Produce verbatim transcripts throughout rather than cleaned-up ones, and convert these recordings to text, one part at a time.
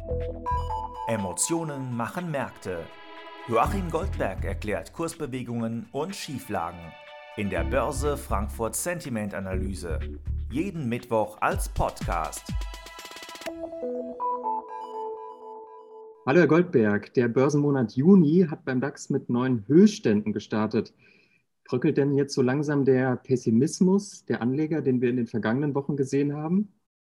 Emotionen machen Märkte. Joachim Goldberg erklärt Kursbewegungen und Schieflagen in der Börse Frankfurt Sentiment Analyse. Jeden Mittwoch als Podcast. Hallo Herr Goldberg, der Börsenmonat Juni hat beim DAX mit neuen Höchstständen gestartet. Bröckelt denn jetzt so langsam der Pessimismus der Anleger, den wir in den vergangenen Wochen gesehen haben?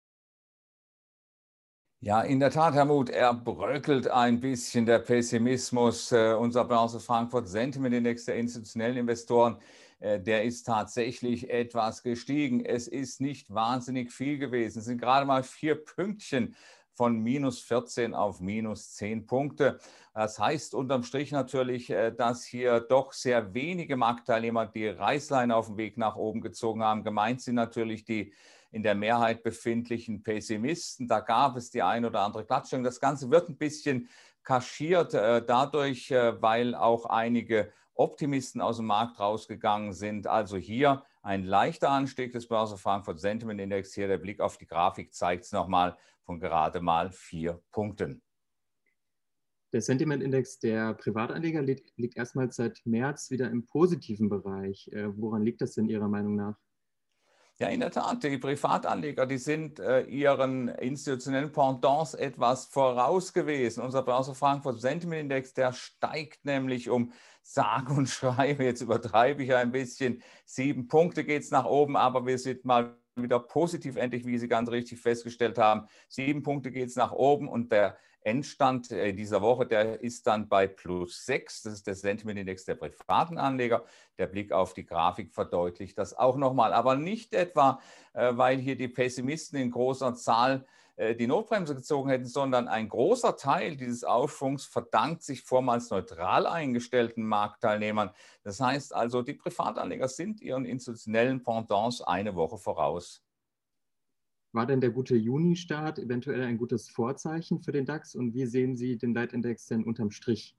Ja, in der Tat, Herr Muth, er bröckelt ein bisschen der Pessimismus. Äh, unser Börse Frankfurt Sentiment Index der institutionellen Investoren, äh, der ist tatsächlich etwas gestiegen. Es ist nicht wahnsinnig viel gewesen. Es sind gerade mal vier Pünktchen von minus vierzehn auf minus zehn Punkte. Das heißt unterm Strich natürlich, äh, dass hier doch sehr wenige Marktteilnehmer die Reißleine auf dem Weg nach oben gezogen haben. Gemeint sind natürlich die in der Mehrheit befindlichen Pessimisten. Da gab es die ein oder andere Klatschung. Das Ganze wird ein bisschen kaschiert äh, dadurch, äh, weil auch einige Optimisten aus dem Markt rausgegangen sind. Also hier ein leichter Anstieg des Börse Frankfurt Sentiment Index. Hier der Blick auf die Grafik zeigt es nochmal von gerade mal vier Punkten. Der Sentiment-Index der Privatanleger liegt, liegt erstmals seit März wieder im positiven Bereich. Äh, woran liegt das denn Ihrer Meinung nach? Ja, in der Tat, die Privatanleger, die sind äh, ihren institutionellen Pendants etwas voraus gewesen. Unser Börse Frankfurt Sentiment Index, der steigt nämlich um sage und schreibe, jetzt übertreibe ich ein bisschen, sieben Punkte geht es nach oben, aber wir sind mal wieder positiv endlich, wie Sie ganz richtig festgestellt haben. Sieben Punkte geht es nach oben und der Endstand dieser Woche, der ist dann bei plus sechs. Das ist der Sentiment-Index der privaten Anleger. Der Blick auf die Grafik verdeutlicht das auch nochmal. Aber nicht etwa, weil hier die Pessimisten in großer Zahl die Notbremse gezogen hätten, sondern ein großer Teil dieses Aufschwungs verdankt sich vormals neutral eingestellten Marktteilnehmern. Das heißt also, die Privatanleger sind ihren institutionellen Pendants eine Woche voraus. War denn der gute Juni-Start eventuell ein gutes Vorzeichen für den DAX und wie sehen Sie den Leitindex denn unterm Strich?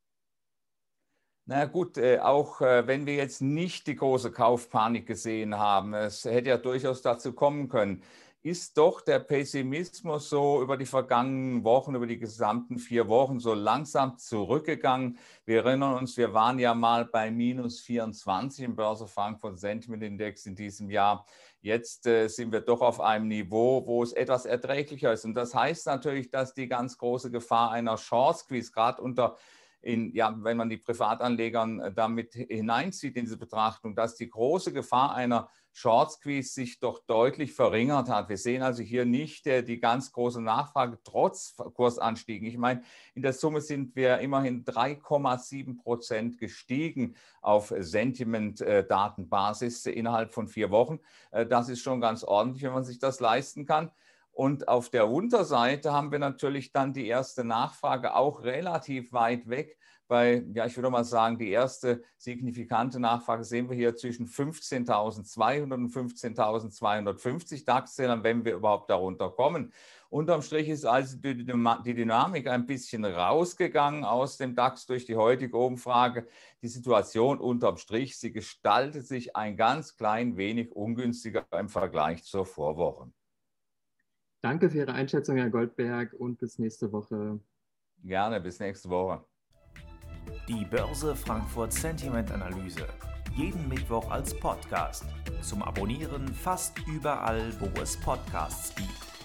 Na gut, äh, auch äh, wenn wir jetzt nicht die große Kaufpanik gesehen haben, es hätte ja durchaus dazu kommen können, ist doch der Pessimismus so über die vergangenen Wochen, über die gesamten vier Wochen so langsam zurückgegangen. Wir erinnern uns, wir waren ja mal bei minus vierundzwanzig im Börse Frankfurt Sentiment Index in diesem Jahr. Jetzt äh, sind wir doch auf einem Niveau, wo es etwas erträglicher ist. Und das heißt natürlich, dass die ganz große Gefahr einer Short Squeeze, gerade unter In, ja, wenn man die Privatanlegern damit hineinzieht in diese Betrachtung, dass die große Gefahr einer Short Squeeze sich doch deutlich verringert hat. Wir sehen also hier nicht äh, die ganz große Nachfrage trotz Kursanstiegen. Ich meine, in der Summe sind wir immerhin drei Komma sieben Prozent gestiegen auf Sentiment-Datenbasis äh, innerhalb von vier Wochen. Äh, das ist schon ganz ordentlich, wenn man sich das leisten kann. Und auf der Unterseite haben wir natürlich dann die erste Nachfrage auch relativ weit weg. Bei, ja, ich würde mal sagen, die erste signifikante Nachfrage sehen wir hier zwischen fünfzehntausendzweihundert und fünfzehntausendzweihundertfünfzig DAX-Zählern, wenn wir überhaupt darunter kommen. Unterm Strich ist also die Dynamik ein bisschen rausgegangen aus dem DAX durch die heutige Umfrage. Die Situation unterm Strich, sie gestaltet sich ein ganz klein wenig ungünstiger im Vergleich zur Vorwoche. Danke für Ihre Einschätzung, Herr Goldberg, und bis nächste Woche. Gerne, bis nächste Woche. Die Börse Frankfurt Sentiment Analyse. Jeden Mittwoch als Podcast. Zum Abonnieren fast überall, wo es Podcasts gibt.